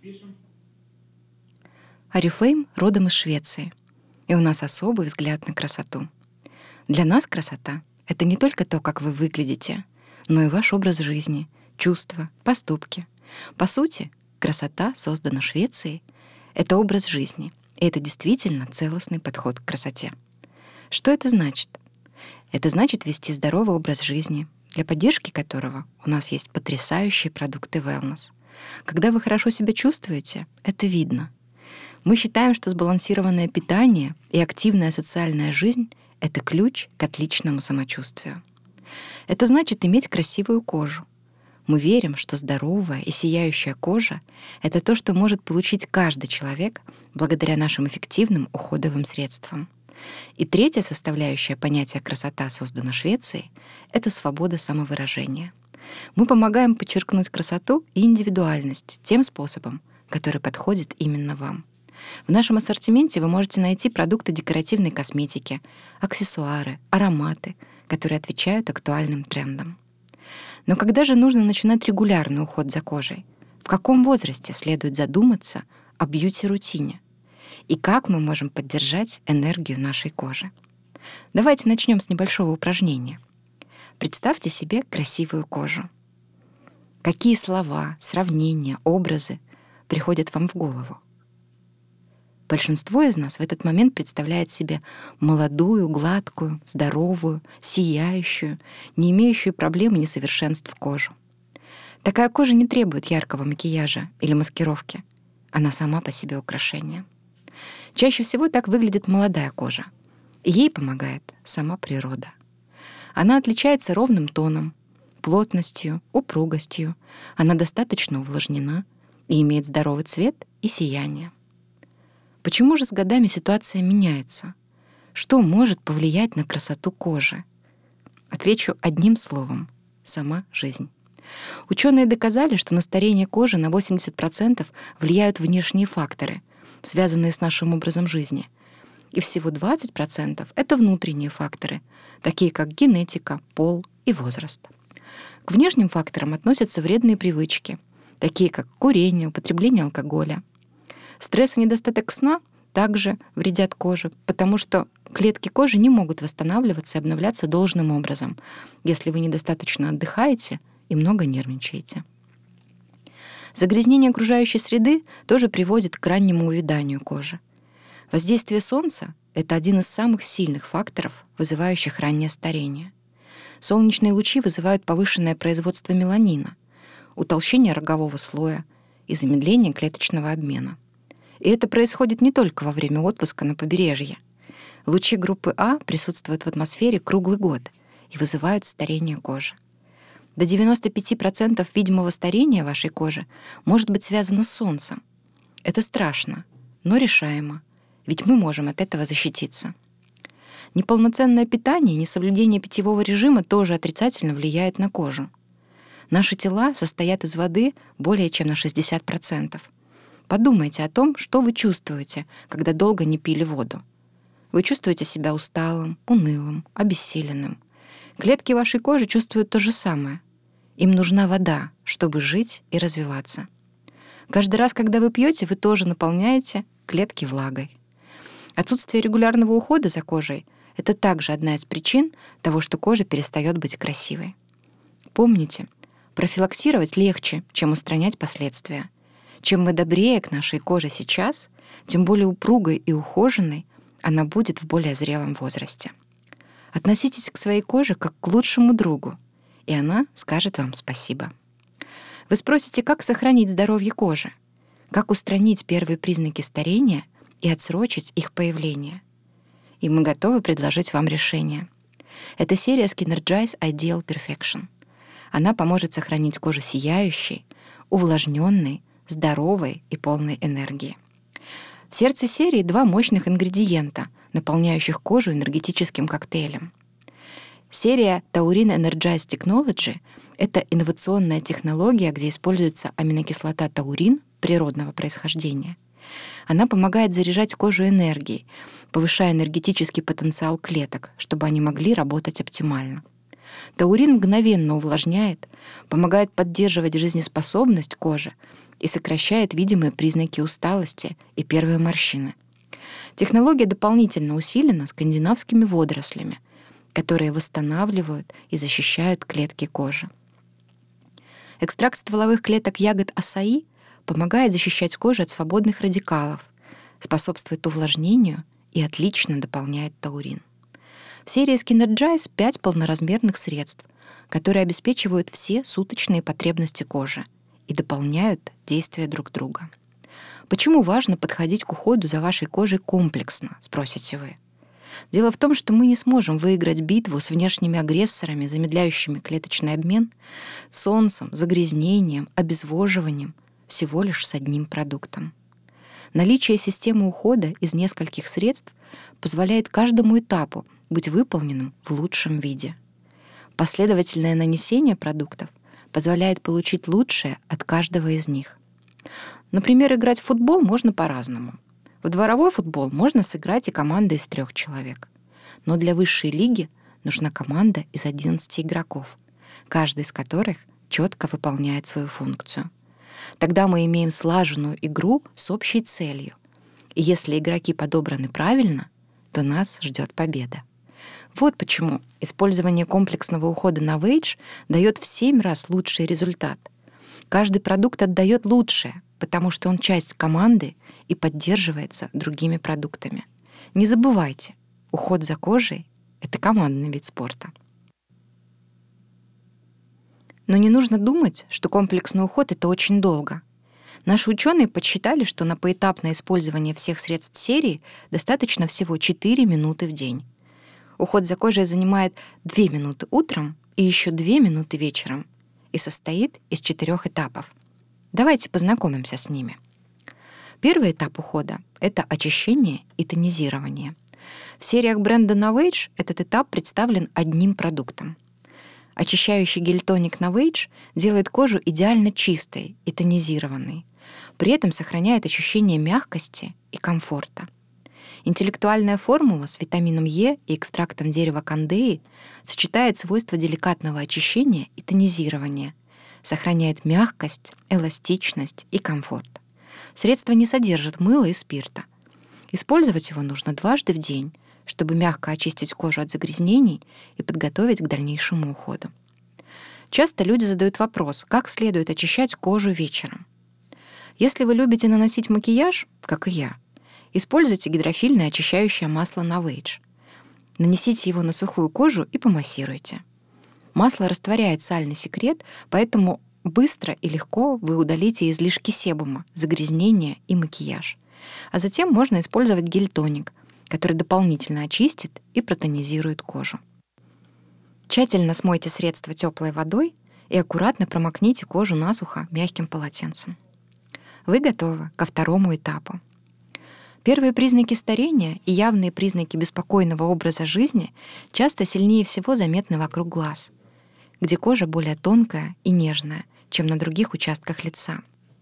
Oriflame родом из Швеции, и у нас особый взгляд на красоту. Для нас красота — это не только то, как вы выглядите, но и ваш образ жизни, чувства, поступки. По сути, красота, создана Швецией, — это образ жизни, и это действительно целостный подход к красоте. Что это значит? Это значит вести здоровый образ жизни, для поддержки которого у нас есть потрясающие продукты wellness. Когда вы хорошо себя чувствуете, это видно. Мы считаем, что сбалансированное питание и активная социальная жизнь — это ключ к отличному самочувствию. Это значит иметь красивую кожу. Мы верим, что здоровая и сияющая кожа — это то, что может получить каждый человек благодаря нашим эффективным уходовым средствам. И третья составляющая понятия «красота» создана Швецией — это свобода самовыражения. Мы помогаем подчеркнуть красоту и индивидуальность тем способом, который подходит именно вам. В нашем ассортименте вы можете найти продукты декоративной косметики, аксессуары, ароматы, которые отвечают актуальным трендам. Но когда же нужно начинать регулярный уход за кожей? В каком возрасте следует задуматься о бьюти-рутине? И как мы можем поддержать энергию нашей кожи? Давайте начнем с небольшого упражнения. Представьте себе красивую кожу. Какие слова, сравнения, образы приходят вам в голову? Большинство из нас в этот момент представляет себе молодую, гладкую, здоровую, сияющую, не имеющую проблем и несовершенств кожу. Такая кожа не требует яркого макияжа или маскировки. Она сама по себе украшение. Чаще всего так выглядит молодая кожа. И ей помогает сама природа. Она отличается ровным тоном, плотностью, упругостью. Она достаточно увлажнена и имеет здоровый цвет и сияние. Почему же с годами ситуация меняется? Что может повлиять на красоту кожи? Отвечу одним словом — сама жизнь. Ученые доказали, что на старение кожи на 80% влияют внешние факторы, связанные с нашим образом жизни. И всего 20% — это внутренние факторы, такие как генетика, пол и возраст. К внешним факторам относятся вредные привычки, такие как курение, употребление алкоголя. Стресс и недостаток сна также вредят коже, потому что клетки кожи не могут восстанавливаться и обновляться должным образом, если вы недостаточно отдыхаете и много нервничаете. Загрязнение окружающей среды тоже приводит к раннему увяданию кожи. Воздействие солнца — это один из самых сильных факторов, вызывающих раннее старение. Солнечные лучи вызывают повышенное производство меланина, утолщение рогового слоя и замедление клеточного обмена. И это происходит не только во время отпуска на побережье. Лучи группы А присутствуют в атмосфере круглый год и вызывают старение кожи. До 95% видимого старения вашей кожи может быть связано с солнцем. Это страшно, но решаемо, ведь мы можем от этого защититься. Неполноценное питание и несоблюдение питьевого режима тоже отрицательно влияет на кожу. Наши тела состоят из воды более чем на 60%. Подумайте о том, что вы чувствуете, когда долго не пили воду. Вы чувствуете себя усталым, унылым, обессиленным. Клетки вашей кожи чувствуют то же самое. Им нужна вода, чтобы жить и развиваться. Каждый раз, когда вы пьете, вы тоже наполняете клетки влагой. Отсутствие регулярного ухода за кожей — это также одна из причин того, что кожа перестает быть красивой. Помните, профилактировать легче, чем устранять последствия. Чем мы добрее к нашей коже сейчас, тем более упругой и ухоженной она будет в более зрелом возрасте. Относитесь к своей коже как к лучшему другу, и она скажет вам спасибо. Вы спросите, как сохранить здоровье кожи, как устранить первые признаки старения и отсрочить их появление. И мы готовы предложить вам решение. Это серия Skinergize Ideal Perfection. Она поможет сохранить кожу сияющей, увлажненной, здоровой и полной энергии. В сердце серии 2 мощных ингредиента, наполняющих кожу энергетическим коктейлем. Серия Taurine Energize Technology — это инновационная технология, где используется аминокислота таурин природного происхождения. Она помогает заряжать кожу энергией, повышая энергетический потенциал клеток, чтобы они могли работать оптимально. Таурин мгновенно увлажняет, помогает поддерживать жизнеспособность кожи и сокращает видимые признаки усталости и первые морщины. Технология дополнительно усилена скандинавскими водорослями, которые восстанавливают и защищают клетки кожи. Экстракт стволовых клеток ягод асаи помогает защищать кожу от свободных радикалов, способствует увлажнению и отлично дополняет таурин. В серии Skinergize 5 полноразмерных средств, которые обеспечивают все суточные потребности кожи и дополняют действия друг друга. Почему важно подходить к уходу за вашей кожей комплексно, спросите вы? Дело в том, что мы не сможем выиграть битву с внешними агрессорами, замедляющими клеточный обмен, солнцем, загрязнением, обезвоживанием, всего лишь с одним продуктом. Наличие системы ухода из нескольких средств позволяет каждому этапу быть выполненным в лучшем виде. Последовательное нанесение продуктов позволяет получить лучшее от каждого из них. Например, играть в футбол можно по-разному. В дворовой футбол можно сыграть и командой из 3 человек. Но для высшей лиги нужна команда из 11 игроков, каждый из которых четко выполняет свою функцию. Тогда мы имеем слаженную игру с общей целью. И если игроки подобраны правильно, то нас ждет победа. Вот почему использование комплексного ухода на Novage дает в 7 раз лучший результат. Каждый продукт отдает лучшее, потому что он часть команды и поддерживается другими продуктами. Не забывайте, уход за кожей — это командный вид спорта. Но не нужно думать, что комплексный уход — это очень долго. Наши ученые подсчитали, что на поэтапное использование всех средств серии достаточно всего 4 минуты в день. Уход за кожей занимает 2 минуты утром и еще 2 минуты вечером и состоит из 4 этапов. Давайте познакомимся с ними. Первый этап ухода — это очищение и тонизирование. В сериях бренда Novage этот этап представлен одним продуктом. Очищающий гель-тоник Novage делает кожу идеально чистой и тонизированной, при этом сохраняет ощущение мягкости и комфорта. Интеллектуальная формула с витамином Е и экстрактом дерева кандеи сочетает свойства деликатного очищения и тонизирования, сохраняет мягкость, эластичность и комфорт. Средство не содержит мыла и спирта. Использовать его нужно 2 раза в день, чтобы мягко очистить кожу от загрязнений и подготовить к дальнейшему уходу. Часто люди задают вопрос, как следует очищать кожу вечером. Если вы любите наносить макияж, как и я, используйте гидрофильное очищающее масло Novage. Нанесите его на сухую кожу и помассируйте. Масло растворяет сальный секрет, поэтому быстро и легко вы удалите излишки себума, загрязнения и макияж. А затем можно использовать гель-тоник, который дополнительно очистит и протонизирует кожу. Тщательно смойте средство теплой водой и аккуратно промокните кожу насухо мягким полотенцем. Вы готовы ко второму этапу. Первые признаки старения и явные признаки беспокойного образа жизни часто сильнее всего заметны вокруг глаз, где кожа более тонкая и нежная, чем на других участках лица.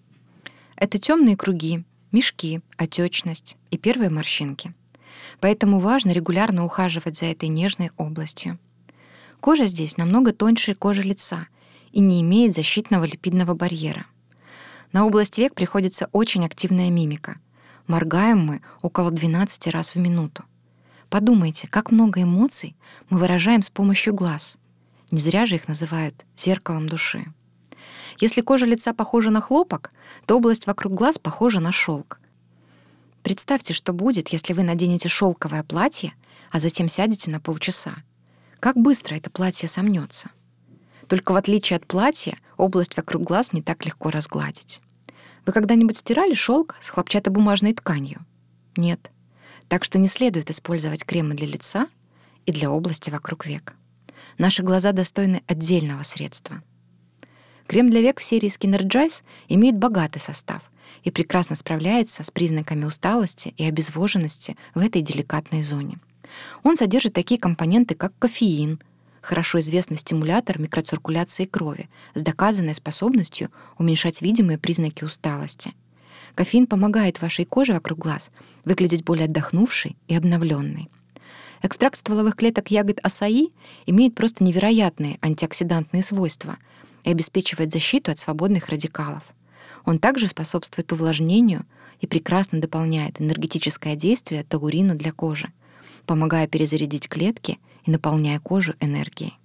Это темные круги, мешки, отечность и первые морщинки. Поэтому важно регулярно ухаживать за этой нежной областью. Кожа здесь намного тоньше кожи лица и не имеет защитного липидного барьера. На область век приходится очень активная мимика. Моргаем мы около 12 раз в минуту. Подумайте, как много эмоций мы выражаем с помощью глаз. Не зря же их называют зеркалом души. Если кожа лица похожа на хлопок, то область вокруг глаз похожа на шелк. Представьте, что будет, если вы наденете шелковое платье, а затем сядете на полчаса. Как быстро это платье сомнется. Только в отличие от платья, область вокруг глаз не так легко разгладить. Вы когда-нибудь стирали шелк с хлопчатобумажной тканью? Нет. Так что не следует использовать кремы для лица и для области вокруг век. Наши глаза достойны отдельного средства. Крем для век в серии Skinergize имеет богатый состав и прекрасно справляется с признаками усталости и обезвоженности в этой деликатной зоне. Он содержит такие компоненты, как кофеин, хорошо известный стимулятор микроциркуляции крови с доказанной способностью уменьшать видимые признаки усталости. Кофеин помогает вашей коже вокруг глаз выглядеть более отдохнувшей и обновленной. Экстракт стволовых клеток ягод асаи имеет просто невероятные антиоксидантные свойства и обеспечивает защиту от свободных радикалов. Он также способствует увлажнению и прекрасно дополняет энергетическое действие таурина для кожи, помогая перезарядить клетки и наполняя кожу энергией.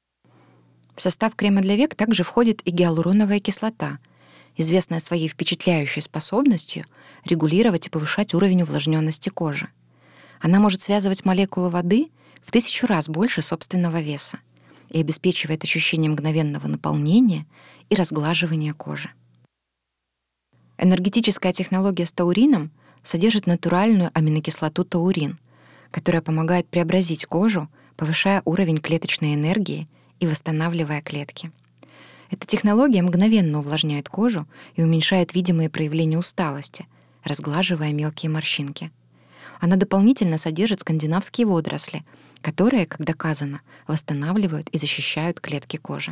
В состав крема для век также входит и гиалуроновая кислота, известная своей впечатляющей способностью регулировать и повышать уровень увлажненности кожи. Она может связывать молекулы воды в 1000 раз больше собственного веса и обеспечивает ощущение мгновенного наполнения и разглаживания кожи. Энергетическая технология с таурином содержит натуральную аминокислоту таурин, которая помогает преобразить кожу, повышая уровень клеточной энергии и восстанавливая клетки. Эта технология мгновенно увлажняет кожу и уменьшает видимые проявления усталости, разглаживая мелкие морщинки. Она дополнительно содержит скандинавские водоросли, которые, как доказано, восстанавливают и защищают клетки кожи.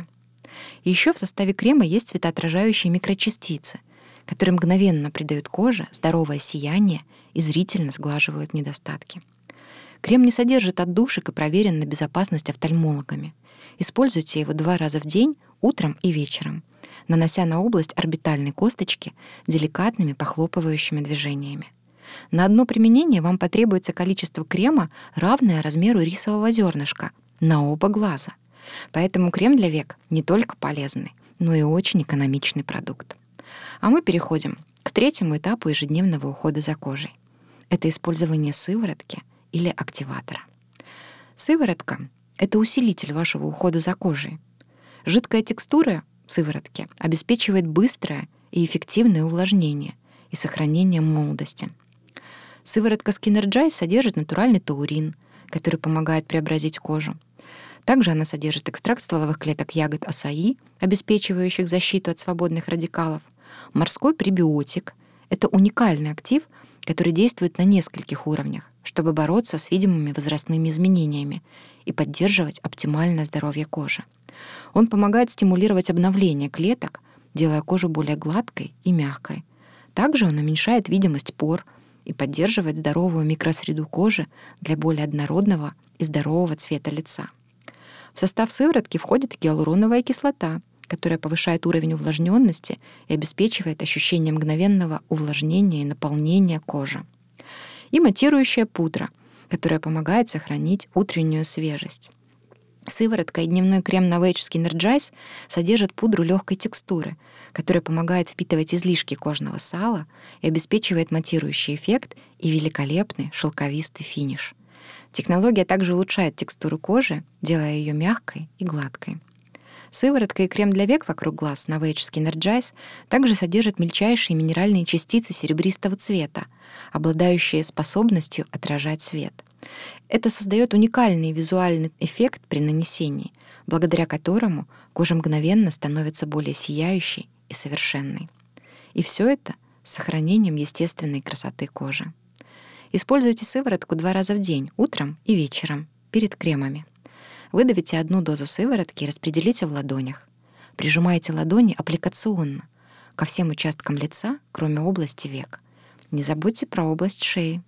Еще в составе крема есть светоотражающие микрочастицы, которые мгновенно придают коже здоровое сияние и зрительно сглаживают недостатки. Крем не содержит отдушек и проверен на безопасность офтальмологами. Используйте его 2 раза в день, утром и вечером, нанося на область орбитальной косточки деликатными похлопывающими движениями. На одно применение вам потребуется количество крема, равное размеру рисового зернышка, на оба глаза. Поэтому крем для век не только полезный, но и очень экономичный продукт. А мы переходим к 3-му этапу ежедневного ухода за кожей. Это использование сыворотки или активатора. Сыворотка — это усилитель вашего ухода за кожей. Жидкая текстура сыворотки обеспечивает быстрое и эффективное увлажнение и сохранение молодости. Сыворотка Skinergise содержит натуральный таурин, который помогает преобразить кожу. Также она содержит экстракт стволовых клеток ягод асаи, обеспечивающих защиту от свободных радикалов, морской пребиотик — это уникальный актив, который действует на нескольких уровнях, чтобы бороться с видимыми возрастными изменениями и поддерживать оптимальное здоровье кожи. Он помогает стимулировать обновление клеток, делая кожу более гладкой и мягкой. Также он уменьшает видимость пор и поддерживает здоровую микросреду кожи для более однородного и здорового цвета лица. В состав сыворотки входит гиалуроновая кислота, которая повышает уровень увлажненности и обеспечивает ощущение мгновенного увлажнения и наполнения кожи. И матирующая пудра, которая помогает сохранить утреннюю свежесть. Сыворотка и дневной крем Novage Skinergise содержат пудру легкой текстуры, которая помогает впитывать излишки кожного сала и обеспечивает матирующий эффект и великолепный шелковистый финиш. Технология также улучшает текстуру кожи, делая ее мягкой и гладкой. Сыворотка и крем для век вокруг глаз Novage Skinergise также содержат мельчайшие минеральные частицы серебристого цвета, обладающие способностью отражать свет. Это создает уникальный визуальный эффект при нанесении, благодаря которому кожа мгновенно становится более сияющей и совершенной. И все это с сохранением естественной красоты кожи. Используйте сыворотку 2 раза в день, утром и вечером, перед кремами. Выдавите 1 дозу сыворотки и распределите в ладонях. Прижимайте ладони аппликационно ко всем участкам лица, кроме области век. Не забудьте про область шеи.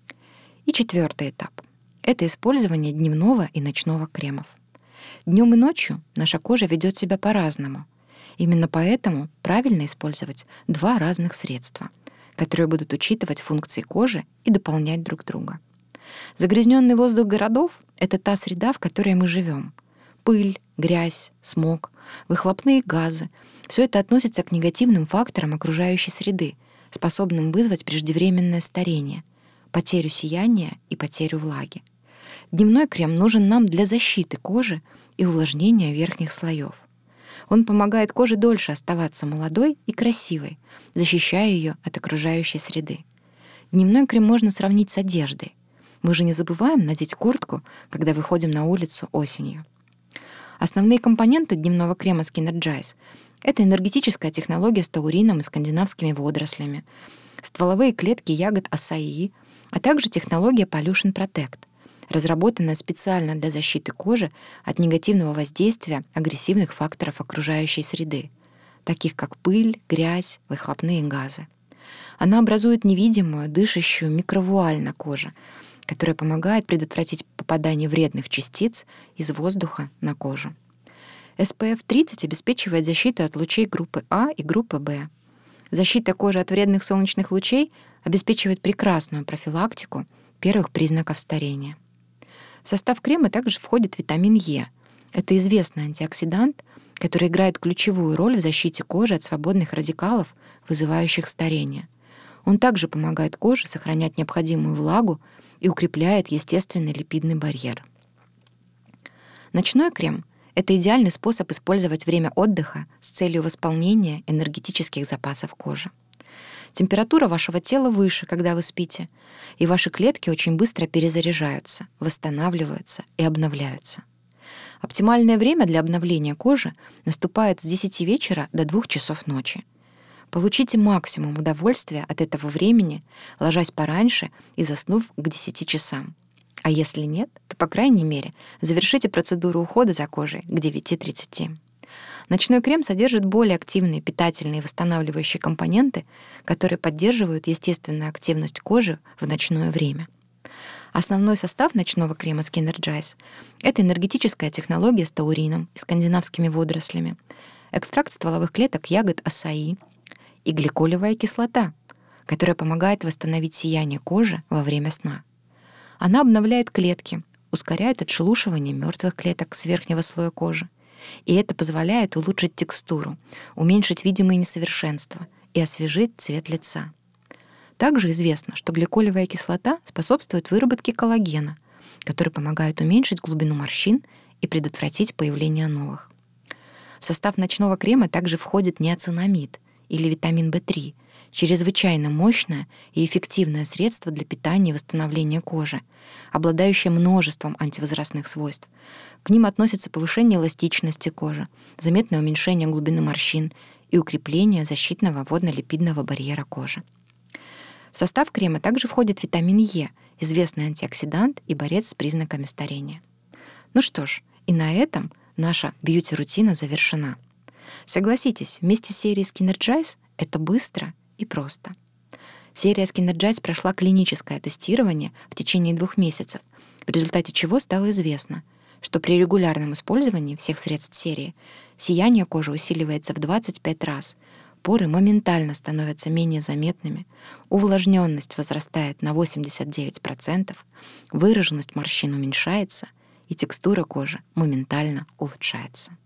И 4-й этап — это использование дневного и ночного кремов. Днем и ночью наша кожа ведет себя по-разному. Именно поэтому правильно использовать 2 разных средства, которые будут учитывать функции кожи и дополнять друг друга. Загрязненный воздух городов — это та среда, в которой мы живем. Пыль, грязь, смог, выхлопные газы — все это относится к негативным факторам окружающей среды, способным вызвать преждевременное старение, потерю сияния и потерю влаги. Дневной крем нужен нам для защиты кожи и увлажнения верхних слоев. Он помогает коже дольше оставаться молодой и красивой, защищая ее от окружающей среды. Дневной крем можно сравнить с одеждой. Мы же не забываем надеть куртку, когда выходим на улицу осенью. Основные компоненты дневного крема Skinergise — это энергетическая технология с таурином и скандинавскими водорослями, стволовые клетки ягод асаи, а также технология Pollution Protect, разработанная специально для защиты кожи от негативного воздействия агрессивных факторов окружающей среды, таких как пыль, грязь, выхлопные газы. Она образует невидимую, дышащую микровуаль на коже, которая помогает предотвратить попадание вредных частиц из воздуха на кожу. SPF 30 обеспечивает защиту от лучей группы А и группы В. Защита кожи от вредных солнечных лучей обеспечивает прекрасную профилактику первых признаков старения. В состав крема также входит витамин Е. Это известный антиоксидант, который играет ключевую роль в защите кожи от свободных радикалов, вызывающих старение. Он также помогает коже сохранять необходимую влагу и укрепляет естественный липидный барьер. Ночной крем — это идеальный способ использовать время отдыха с целью восполнения энергетических запасов кожи. Температура вашего тела выше, когда вы спите, и ваши клетки очень быстро перезаряжаются, восстанавливаются и обновляются. Оптимальное время для обновления кожи наступает с 10 вечера до 2 часов ночи. Получите максимум удовольствия от этого времени, ложась пораньше и заснув к 10 часам. А если нет, то, по крайней мере, завершите процедуру ухода за кожей к 9:30. Ночной крем содержит более активные питательные и восстанавливающие компоненты, которые поддерживают естественную активность кожи в ночное время. Основной состав ночного крема Skinergize — это энергетическая технология с таурином и скандинавскими водорослями, экстракт стволовых клеток ягод асаи и гликолевая кислота, которая помогает восстановить сияние кожи во время сна. Она обновляет клетки, ускоряет отшелушивание мертвых клеток с верхнего слоя кожи, и это позволяет улучшить текстуру, уменьшить видимые несовершенства и освежить цвет лица. Также известно, что гликолевая кислота способствует выработке коллагена, который помогает уменьшить глубину морщин и предотвратить появление новых. В состав ночного крема также входит неоцинамид или витамин В3, чрезвычайно мощное и эффективное средство для питания и восстановления кожи, обладающее множеством антивозрастных свойств. К ним относятся повышение эластичности кожи, заметное уменьшение глубины морщин и укрепление защитного водно-липидного барьера кожи. В состав крема также входит витамин Е, известный антиоксидант и борец с признаками старения. Ну что ж, и на этом наша бьюти-рутина завершена. Согласитесь, вместе с серией Skinergize это быстро и просто. Серия Skinergize прошла клиническое тестирование в течение 2 месяцев, в результате чего стало известно, что при регулярном использовании всех средств серии сияние кожи усиливается в 25 раз, поры моментально становятся менее заметными, увлажненность возрастает на 89%, выраженность морщин уменьшается, и текстура кожи моментально улучшается.